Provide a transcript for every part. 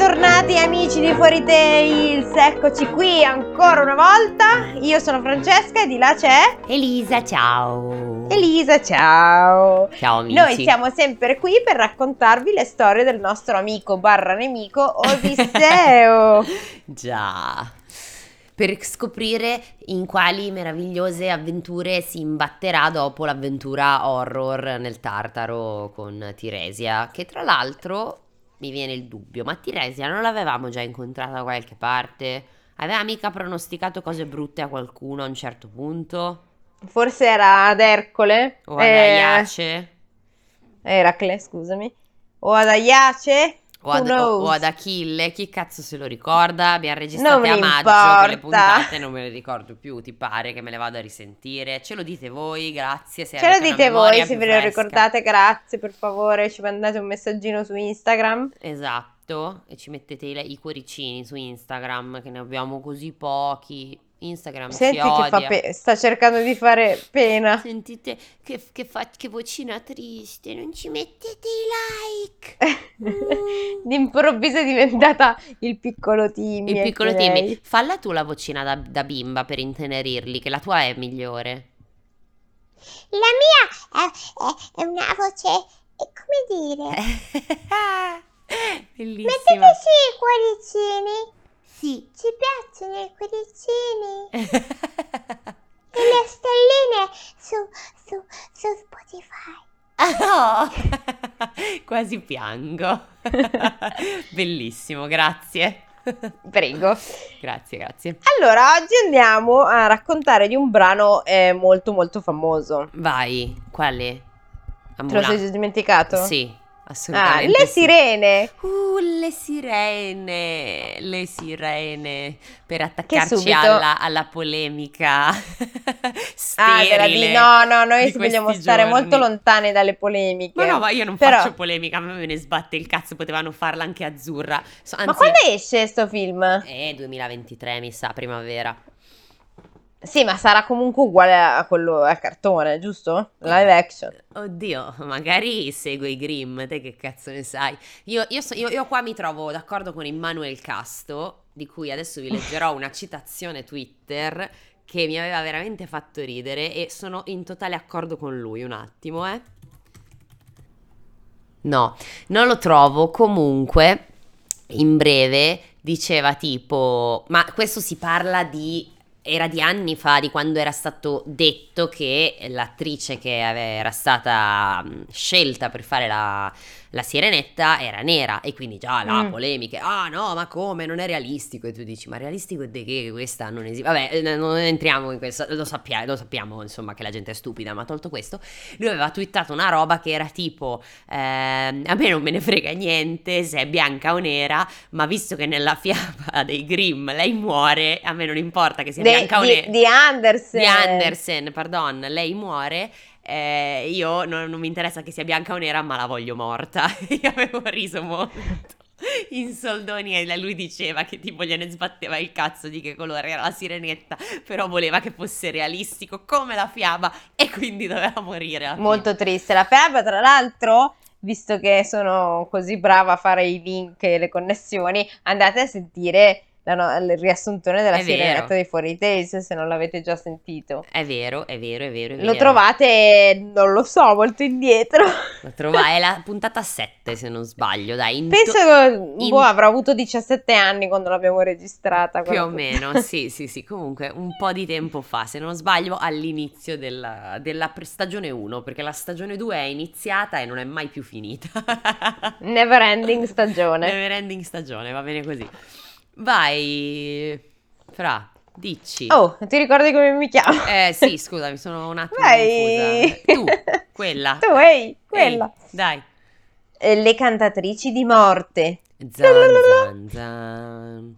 Bentornati amici di Fuori Tales, eccoci qui ancora una volta. Io sono Francesca e di là c'è Elisa, ciao. Elisa, ciao. Ciao amici. Noi siamo sempre qui per raccontarvi le storie del nostro amico barra nemico Odisseo. Già. Per scoprire in quali meravigliose avventure si imbatterà dopo l'avventura horror nel Tartaro con Tiresia, che tra l'altro mi viene il dubbio, ma Tiresia non l'avevamo già incontrata da qualche parte? Aveva mica pronosticato cose brutte a qualcuno a un certo punto? Forse era ad Ercole O ad Aiace? Eracle, scusami. O ad Aiace. O ad Achille, chi cazzo se lo ricorda? Abbiamo registrato a maggio quelle puntate, non me le ricordo più, ti pare che me le vado a risentire? Ce lo dite voi, grazie. Se Ce lo avete una dite memoria voi, se più ve lo fresca. ricordate, grazie, per favore, ci mandate un messaggino su Instagram. Esatto, e ci mettete i cuoricini su Instagram, che ne abbiamo così pochi. Instagram Senti ci odia. che sta cercando di fare pena. Sentite che vocina triste, non ci mettete i like. D'improvviso è diventata il piccolo Timmy. Il piccolo anche Timmy, lei. falla tu la vocina da bimba per intenerirli, che la tua è migliore. La mia è una voce, come dire, Bellissima. metteteci i cuoricini, Sì. ci piacciono i cuoricini e le stelline su Spotify. Oh, quasi piango. Bellissimo, grazie. Prego. Grazie. Allora, oggi andiamo a raccontare di un brano molto molto famoso. Vai, quale? Te lo sei già dimenticato? Sì, assolutamente. Le sì. sirene. Le sirene, per attaccarci subito- alla polemica sterile. No, noi di vogliamo questi stare giorni. molto lontani dalle polemiche. Ma no, ma io non Però- faccio polemica, a me ne sbatte il cazzo, potevano farla anche azzurra. Anzi, Ma quando esce sto film? 2023 mi sa, primavera. Sì, ma sarà comunque uguale a quello al cartone, giusto? Live action. Oddio, magari segue i Grimm, te che cazzo ne sai? Io qua mi trovo d'accordo con Immanuel Casto, di cui adesso vi leggerò una citazione Twitter che mi aveva veramente fatto ridere e sono in totale accordo con lui, un attimo, No, non lo trovo, comunque, in breve, diceva tipo, ma questo si parla era di anni fa, di quando era stato detto che l'attrice che era stata scelta per fare la sirenetta era nera e quindi già la polemiche, no, ma come, non è realistico, e tu dici, ma realistico è di che questa non esiste, vabbè, non entriamo in questo, lo sappiamo insomma che la gente è stupida, ma tolto questo, lui aveva twittato una roba che era tipo, a me non me ne frega niente se è bianca o nera, ma visto che nella fiaba dei Grimm lei muore, a me non importa che sia bianca o nera. Di Andersen. Di Andersen, pardon, lei muore. Io non mi interessa che sia bianca o nera, ma la voglio morta. Io avevo riso molto in soldoni e lui diceva che tipo gliene sbatteva il cazzo di che colore era la sirenetta, però voleva che fosse realistico come la fiaba e quindi doveva morire alla fine. Molto triste. La fiaba, tra l'altro, visto che sono così brava a fare i link e le connessioni, andate a sentire il riassuntone della È sirenetta vero. dei Fuori Tales, se non l'avete già sentito. È vero. Lo trovate, non lo so, molto indietro. È la puntata 7 se non sbaglio, dai. Penso che avrà avuto 17 anni quando l'abbiamo registrata. Più o meno, sì, comunque un po' di tempo fa, se non sbaglio all'inizio della stagione 1, perché la stagione 2 è iniziata e non è mai più finita. Never ending stagione. Never ending stagione, va bene così. Vai, Fra, dici. Oh, ti ricordi come mi chiamo? Sì, scusa, mi sono un attimo Vai. confusa. Tu, quella. Quella. Dai. Le cantatrici di morte. Zan.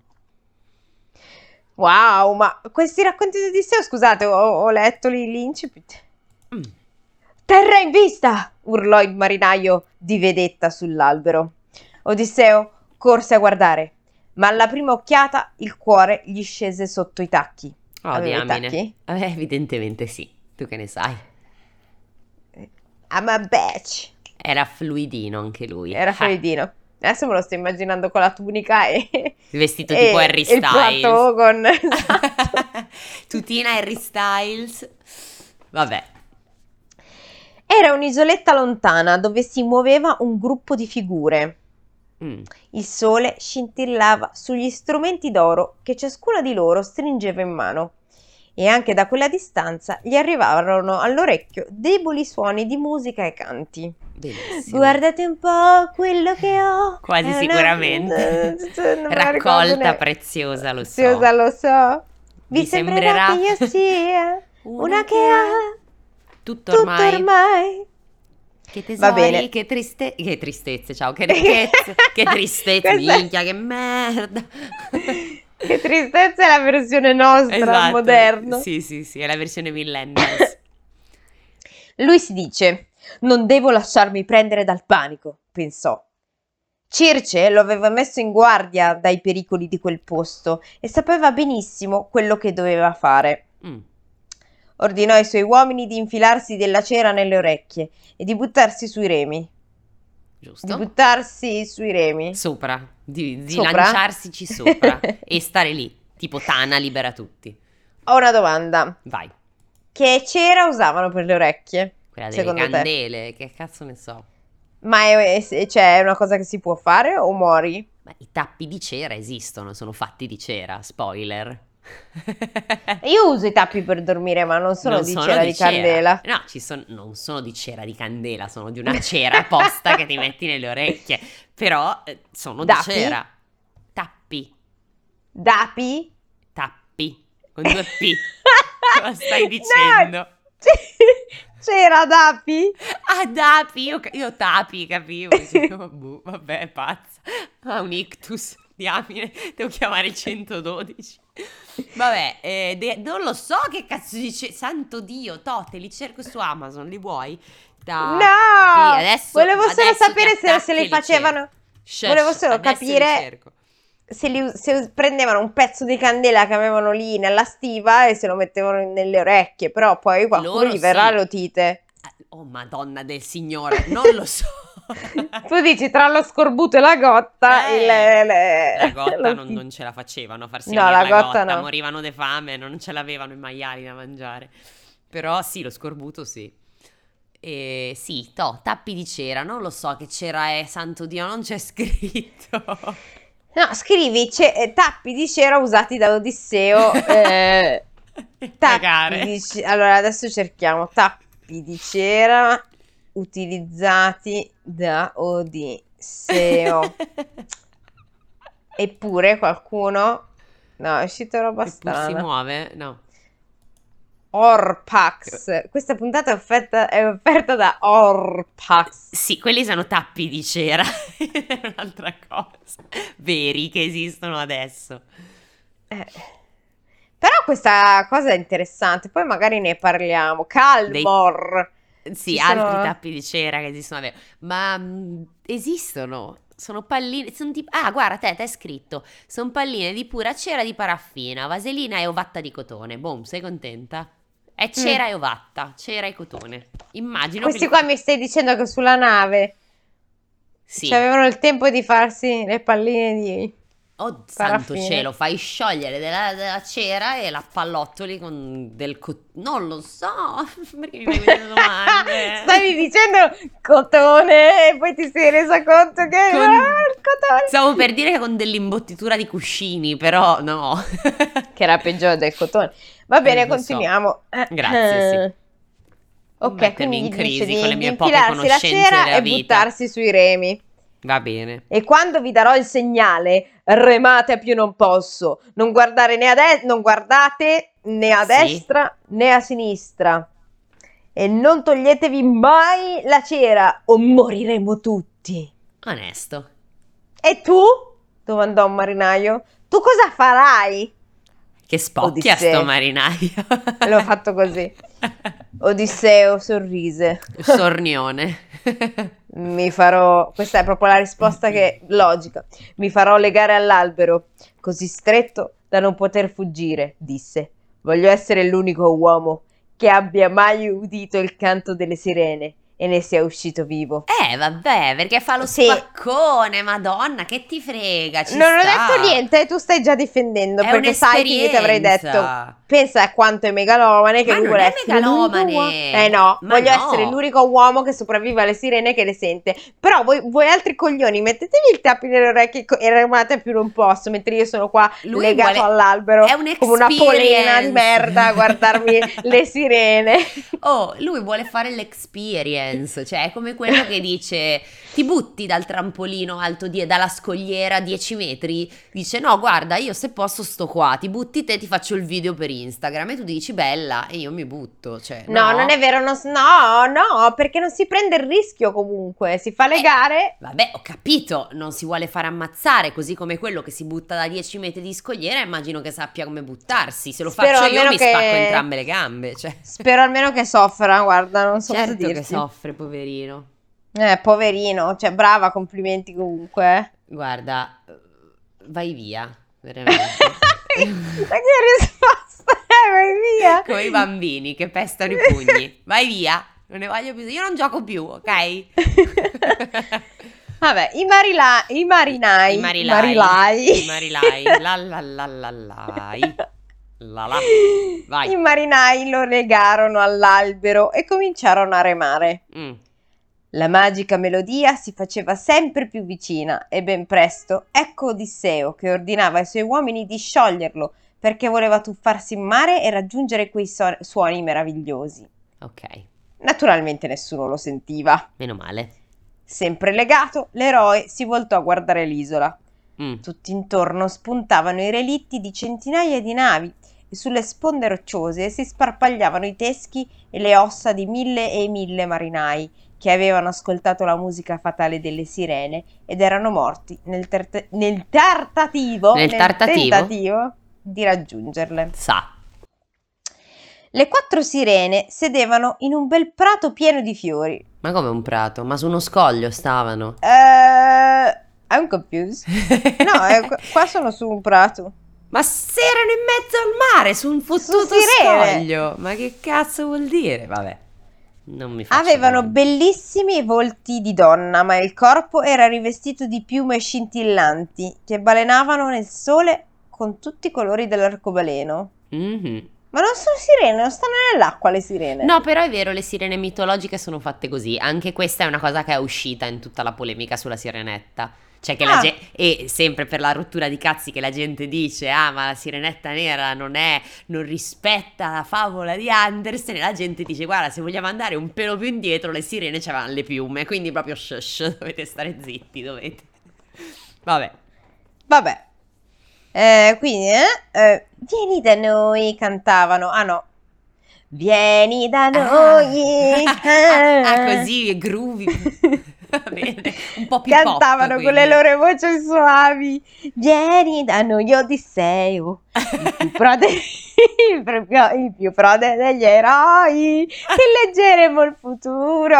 Wow, ma questi racconti di Odisseo, scusate, ho letto l'incipit. Terra in vista! Urlò il marinaio di vedetta sull'albero. Odisseo corse a guardare, ma alla prima occhiata il cuore gli scese sotto i tacchi. Oh, Aveva i diamine. tacchi? Evidentemente sì. Tu che ne sai? I'm a bitch. Era fluidino anche lui. Era fluidino. Adesso me lo sto immaginando con la tunica e Il vestito tipo Harry e il Styles. plateau con... Esatto. Tutina Harry Styles. Vabbè. Era un'isoletta lontana dove si muoveva un gruppo di figure. Mm. Il sole scintillava sugli strumenti d'oro che ciascuna di loro stringeva in mano, e anche da quella distanza gli arrivarono all'orecchio deboli suoni di musica e canti. Bellissimo. Guardate un po' quello che ho. Quasi È una- sicuramente. non me la ricordo Raccolta neanche. preziosa, lo so. Preziosa, lo so. Vi Vi sembrerà che io sia una che ha tutto tutto ormai. ormai. Che Va bene. tesori, che tristezze, ciao, che ricchezze, che tristezze, Questa- minchia, che merda. Che tristezza è la versione nostra, Esatto. moderna. Sì, è la versione millennials. Lui si dice: non devo lasciarmi prendere dal panico, pensò. Circe lo aveva messo in guardia dai pericoli di quel posto e sapeva benissimo quello che doveva fare. Mm. Ordinò ai suoi uomini di infilarsi della cera nelle orecchie e di buttarsi sui remi. Giusto? Sopra, di Sopra? lanciarsici sopra e stare lì, tipo Tana libera tutti. Ho una domanda. Vai, Che cera usavano per le orecchie? quella delle Secondo te? candele, che cazzo ne so. Ma cioè, è una cosa che si può fare o muori? Ma i tappi di cera esistono, sono fatti di cera, spoiler. Io uso i tappi per dormire, ma non sono Non di sono cera di candela. No, non sono di cera di candela, sono di una cera apposta che ti metti nelle orecchie. Però sono di Dapi? cera. Tappi, Dapi? con 2 P. Cosa stai dicendo? No! C'era Dapi? Ah, Dapi, io Tapi, capivo. Dicevo, boh, vabbè, è pazza. Ha un ictus, diamine, devo chiamare il 112. Vabbè, non lo so che cazzo dice. Santo Dio, te li cerco su Amazon, li vuoi? No! Adesso, Volevo solo adesso sapere ti se attacchi li e facevano. cerco. Volevo solo Adesso li capire cerco. se prendevano un pezzo di candela che avevano lì nella stiva e se lo mettevano nelle orecchie, però poi qualcuno Loro gli verrà sì. l'otite. Oh, Madonna del Signore, non lo so. Tu dici tra lo scorbuto e la gotta La gotta l'otite. non ce la facevano a farsi No, venire la la gotta gotta, no. morivano di fame, non ce l'avevano i maiali da mangiare. Però sì, lo scorbuto sì. E sì, tappi di cera, non lo so che cera è, santo Dio, non c'è scritto. No, scrivi tappi di cera usati da Odisseo. Cagare. Allora, adesso cerchiamo tappi di cera utilizzati da Odisseo. Eppure qualcuno... No, è uscita roba Eppure si strana. muove? No. Orpax. Questa puntata è offerta da Orpax. Sì, quelli sono tappi di cera, è un'altra cosa. Veri che esistono adesso. Però questa cosa è interessante, poi magari ne parliamo. Calmor. Sì, Ci altri sono- tappi di cera che esistono, vabbè. Ma esistono. Sono palline. Guarda, te è scritto. Sono palline di pura cera di paraffina, vaselina e ovatta di cotone. Boom, sei contenta? È cera e ovatta, cera e cotone. Immagino Questi che. qua mi stai dicendo che sulla nave Sì. avevano il tempo di farsi le palline di... Oh, santo paraffina. cielo, fai sciogliere della cera e la pallottoli con non lo so, perché mi fai queste domande? Stavi dicendo cotone e poi ti sei resa conto che Con- il cotone... Stavo per dire che con dell'imbottitura di cuscini, però no. Che era peggio del cotone. Va bene, lo so. continuiamo. Grazie, sì. Ok, Mettermi quindi in gli crisi dice con le di mie poche infilarsi la conoscenze cera della e vita. buttarsi sui remi. Va bene. E quando vi darò il segnale, remate a più non posso. Non guardate né a Sì. destra né a sinistra. E non toglietevi mai la cera o moriremo tutti. Onesto. E tu? Domandò un marinaio. Tu cosa farai? Che spocchia Odisseo. sto marinaio. L'ho fatto così. Odisseo sorrise. Sornione. Questa è proprio la risposta che logica. Mi farò legare all'albero, così stretto da non poter fuggire, disse. Voglio essere l'unico uomo che abbia mai udito il canto delle sirene e ne sia uscito vivo. Vabbè, perché fa lo Sì. spaccone, madonna, che ti frega, ci Non ho sta. detto niente, tu stai già difendendo, È perché sai che io ti avrei detto, un'esperienza. pensa a quanto è megalomane, che Ma lui non vuole è essere l'unico megalomane. uomo. No, Ma voglio no. essere l'unico uomo che sopravvive alle sirene che le sente. Però voi altri coglioni, mettetevi il tappi nelle orecchie e remate più non posso, mentre io sono qua Lui legato vuole- all'albero è un come una polena di experience. merda a guardarmi le sirene. Oh, lui vuole fare l'experience, cioè è come quello che dice ti butti dal trampolino alto dalla scogliera 10 metri, dice no guarda io se posso sto qua, ti butti te ti faccio il video per Instagram e tu dici bella e io mi butto, cioè No, non è vero, no, perché non si prende il rischio comunque, si fa le gare. Vabbè, ho capito, non si vuole fare ammazzare, così come quello che si butta da 10 metri di scogliera, immagino che sappia come buttarsi. Se lo Spero faccio io almeno mi che- spacco entrambe le gambe, cioè. Spero almeno che soffra, guarda, non so cosa Certo che dirti. soffre, poverino. Poverino, cioè brava, complimenti comunque. Guarda, vai via, veramente. Ma che risposta è? Vai via. Come i bambini che pestano i pugni. Vai via, non ne voglio più, io non gioco più, ok? Vabbè, i marinai, I marilai, la la la la lai. La la. Vai. I marinai lo legarono all'albero e cominciarono a remare. Mm. La magica melodia si faceva sempre più vicina e ben presto ecco Odisseo che ordinava ai suoi uomini di scioglierlo perché voleva tuffarsi in mare e raggiungere quei suoni meravigliosi. Ok, Naturalmente nessuno lo sentiva. meno male. Sempre legato, l'eroe si voltò a guardare l'isola. Mm. Tutti intorno spuntavano i relitti di centinaia di navi e sulle sponde rocciose si sparpagliavano i teschi e le ossa di mille e mille marinai che avevano ascoltato la musica fatale delle sirene ed erano morti nel tentativo di raggiungerle. Sa. Le 4 sirene sedevano in un bel prato pieno di fiori. Ma come un prato? Ma su uno scoglio stavano? I'm confused. No, qua sono su un prato. Ma se erano in mezzo al mare, su un fottuto sirene. scoglio. Ma che cazzo vuol dire? Vabbè, non mi faccio Avevano domande. bellissimi volti di donna, ma il corpo era rivestito di piume scintillanti che balenavano nel sole con tutti i colori dell'arcobaleno. Mhm. Ma non sono sirene, non stanno nell'acqua le sirene. No, però è vero, le sirene mitologiche sono fatte così. Anche questa è una cosa che è uscita in tutta la polemica sulla sirenetta. Cioè che e sempre per la rottura di cazzi che la gente dice ma la sirenetta nera non rispetta la favola di Andersen, e la gente dice guarda, se vogliamo andare un pelo più indietro le sirene c'avevano le piume, quindi proprio shush, dovete stare zitti, dovete. Vabbè. Quindi, vieni da noi, cantavano. Ah no. Vieni da noi. Così, groovy. Va bene, un po' più Cantavano pop, con le quindi. loro voci suavi. Vieni da noi, Odisseo, il più prode, il più prode degli eroi, che leggeremo il futuro.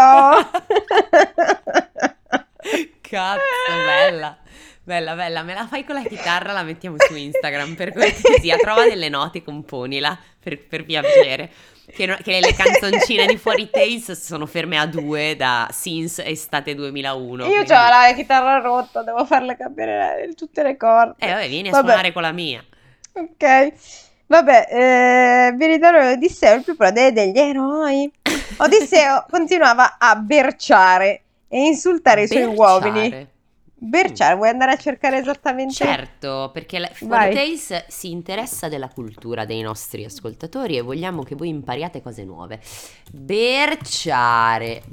Cazzo, bella. Bella, me la fai con la chitarra, la mettiamo su Instagram, per cortesia, trova delle note, componila, per piacere. Che le canzoncine di Fuori Tales sono ferme a 2 da since estate 2001. Io quindi. ho la chitarra rotta, devo farle cambiare tutte le corde. Vabbè, vieni a Vabbè. suonare con la mia. Ok, vabbè, vieni da noi, Odisseo, il più prode degli eroi. Odisseo continuava a berciare e insultare i suoi uomini. Berciare, vuoi andare a cercare esattamente? Certo, perché Fuori Tales si interessa della cultura dei nostri ascoltatori e vogliamo che voi impariate cose nuove. Berciare,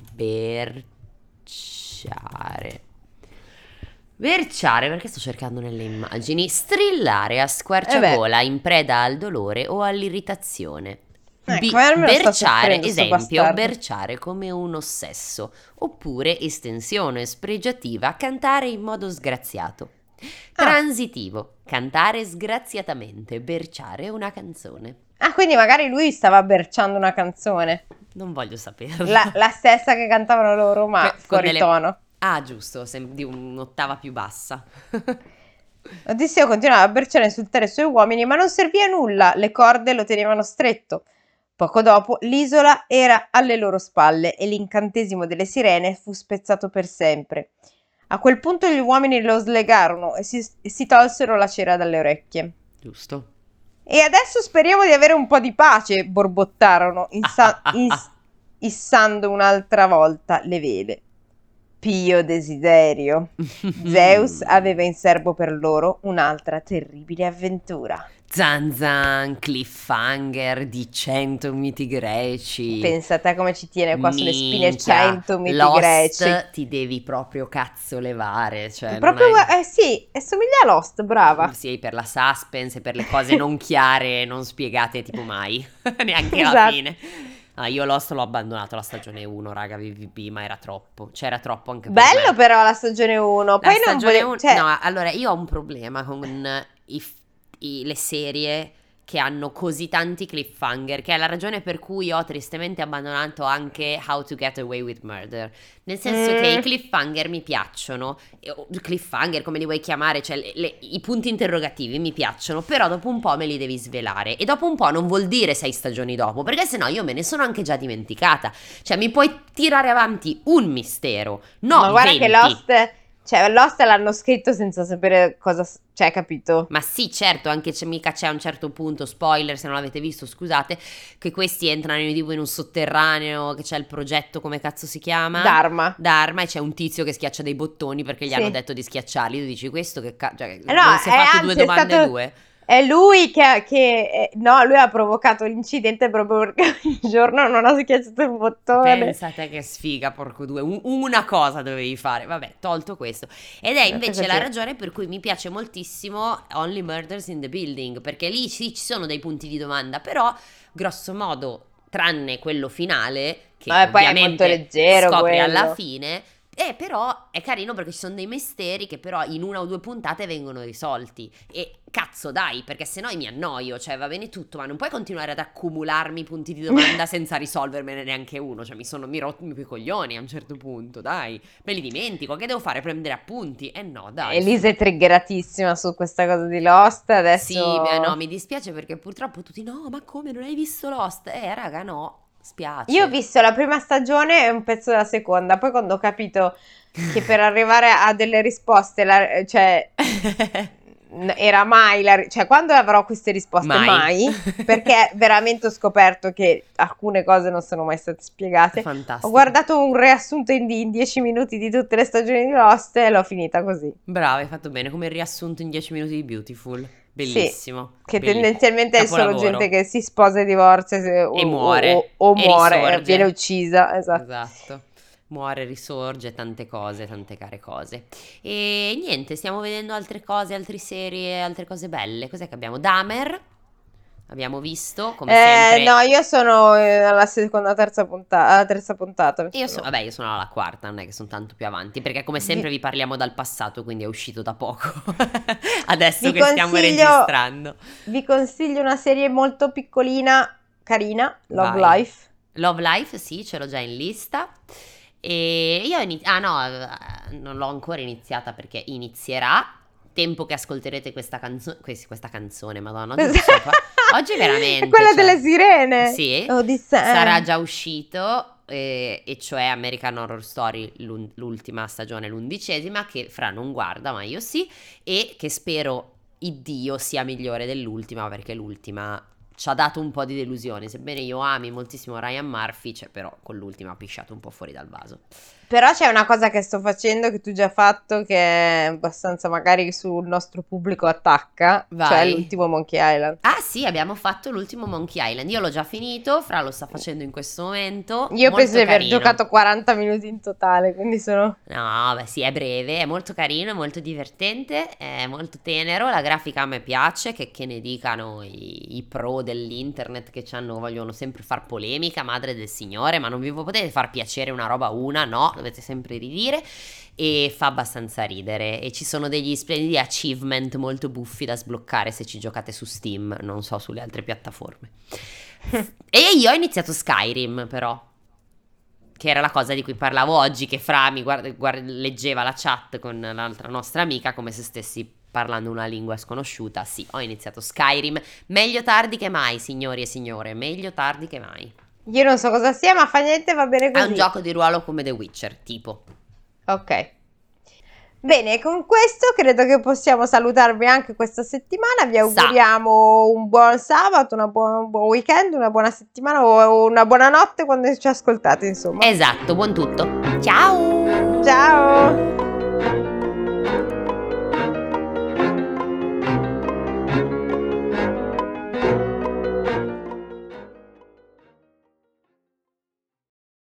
perché sto cercando nelle immagini. Strillare a squarciagola in preda al dolore o all'irritazione. Berciare, esempio, berciare come un ossesso, oppure estensione spregiativa, cantare in modo sgraziato. Transitivo, cantare sgraziatamente, berciare una canzone. Quindi magari lui stava berciando una canzone. Non voglio saperlo. La stessa che cantavano loro, ma fuori tono. Giusto, di un'ottava più bassa. Odisseo continuava a berciare e insultare i suoi uomini, ma non serviva a nulla, le corde lo tenevano stretto. Poco dopo l'isola era alle loro spalle e l'incantesimo delle sirene fu spezzato per sempre. A quel punto gli uomini lo slegarono e si tolsero la cera dalle orecchie. Giusto. E adesso speriamo di avere un po' di pace, borbottarono, issando un'altra volta le vele. Pio desiderio. Zeus aveva in serbo per loro un'altra terribile avventura. Zan zan, cliffhanger di 100 miti greci. Pensate a come ci tiene qua sulle spine Minchia, 100 miti Lost greci. ti devi proprio cazzo levare, cioè non Proprio, hai- sì, somiglia a Lost, brava. Sì, per la suspense, per le cose non chiare, non spiegate tipo mai, neanche alla Esatto. fine. Io Lost l'ho abbandonato la stagione 1, raga, VVP, ma era troppo. C'era troppo anche per Bello me. però la stagione 1. La Poi non stagione volevo... 1 cioè, no, allora io ho un problema con le serie che hanno così tanti cliffhanger, che è la ragione per cui ho tristemente abbandonato anche How to Get Away with Murder. Nel senso che i cliffhanger mi piacciono, cliffhanger come li vuoi chiamare, cioè i punti interrogativi mi piacciono, però dopo un po' me li devi svelare. E dopo un po' non vuol dire 6 stagioni dopo, perché sennò io me ne sono anche già dimenticata. Cioè mi puoi tirare avanti un mistero, no ma guarda 20. che Lost l'hanno scritto senza sapere cosa... Cioè, capito? Ma sì, certo, anche mica c'è a un certo punto, spoiler se non l'avete visto, scusate, che questi entrano tipo in un sotterraneo, che c'è il progetto, come cazzo si chiama? Dharma, e c'è un tizio che schiaccia dei bottoni perché gli Sì. hanno detto di schiacciarli. Tu dici questo che cioè, No, non si è fatto anzi, due è domande stato- due? È lui no, lui ha provocato l'incidente proprio perché un giorno non ha schiacciato il bottone. Pensate che sfiga, porco due, una cosa dovevi fare, vabbè, tolto questo. Ed è invece la ragione per cui mi piace moltissimo Only Murders in the Building, perché lì sì, ci sono dei punti di domanda, però grosso modo, tranne quello finale, che Vabbè, poi è ovviamente molto leggero scopri quello. alla fine. Però è carino perché ci sono dei misteri che però in una o due puntate vengono risolti. E cazzo dai, perché sennò mi annoio. Cioè va bene tutto, ma non puoi continuare ad accumularmi punti di domanda senza risolvermene neanche uno. Cioè mi rotto i coglioni a un certo punto, dai. Me li dimentico, che devo fare? Prendere appunti? No, dai. Elisa è triggeratissima su questa cosa di Lost, adesso... Sì, no, mi dispiace perché purtroppo tutti no, ma come, non hai visto Lost? Raga, no. Spiace. Io ho visto la prima stagione e un pezzo della seconda, poi quando ho capito che per arrivare a delle risposte, cioè era mai cioè quando avrò queste risposte? Mai, perché veramente ho scoperto che alcune cose non sono mai state spiegate. Fantastico. Ho guardato un riassunto in 10 minuti di tutte le stagioni di Lost e l'ho finita così. Brava, hai fatto bene, come il riassunto in 10 minuti di Beautiful. Bellissimo. Sì, che bellissimo. tendenzialmente è solo Capolavoro. gente che si sposa e divorzia E muore. o E muore, risorge. viene uccisa, Esatto. Muore, risorge, tante cose, tante care cose. E niente, stiamo vedendo altre cose, altre serie, altre cose belle. Cos'è che abbiamo? Dahmer. Abbiamo visto, come sempre. No, io sono alla seconda, terza puntata. Io sono alla quarta, non è che sono tanto più avanti, perché come sempre vi parliamo dal passato, quindi è uscito da poco. Adesso Vi che stiamo consiglio- registrando. Vi consiglio una serie molto piccolina, carina, Love Vai. Life. Love Life, sì, ce l'ho già in lista. E io non l'ho ancora iniziata perché inizierà. Tempo che ascolterete questa canzone, madonna, oggi veramente. È quella cioè, delle sirene. Sì, Odissea. sarà già uscito, e cioè American Horror Story, l'ultima stagione, l'11ª, che Fra non guarda, ma io sì, e che spero Iddio sia migliore dell'ultima, perché l'ultima ci ha dato un po' di delusione, sebbene io ami moltissimo Ryan Murphy, cioè però con l'ultima ha pisciato un po' fuori dal vaso. Però c'è una cosa che sto facendo, che tu già hai fatto, che è abbastanza magari sul nostro pubblico attacca, Vai. cioè l'ultimo Monkey Island. Ah sì, abbiamo fatto l'ultimo Monkey Island, io l'ho già finito, Fra lo sta facendo in questo momento. Io molto penso di aver carino. giocato 40 minuti in totale, quindi sono... No, beh sì, è breve, è molto carino, è molto divertente, è molto tenero, la grafica a me piace, che ne dicano i pro dell'internet che vogliono sempre far polemica, madre del signore, ma non vi potete far piacere una roba no, dovete sempre ridire, e fa abbastanza ridere, e ci sono degli splendidi achievement molto buffi da sbloccare se ci giocate su Steam, non so sulle altre piattaforme. E io ho iniziato Skyrim però, che era la cosa di cui parlavo oggi, che Fra mi leggeva la chat con l'altra nostra amica come se stessi parlando una lingua sconosciuta. Sì, ho iniziato Skyrim, meglio tardi che mai, signori e signore, meglio tardi che mai. Io non so cosa sia, ma fa niente, va bene È così. un gioco di ruolo come The Witcher, tipo. Ok. Bene, con questo credo che possiamo salutarvi anche questa settimana. Vi auguriamo un buon sabato, un buon weekend, una buona settimana o una buona notte quando ci ascoltate, insomma. Esatto, buon tutto. Ciao! Ciao!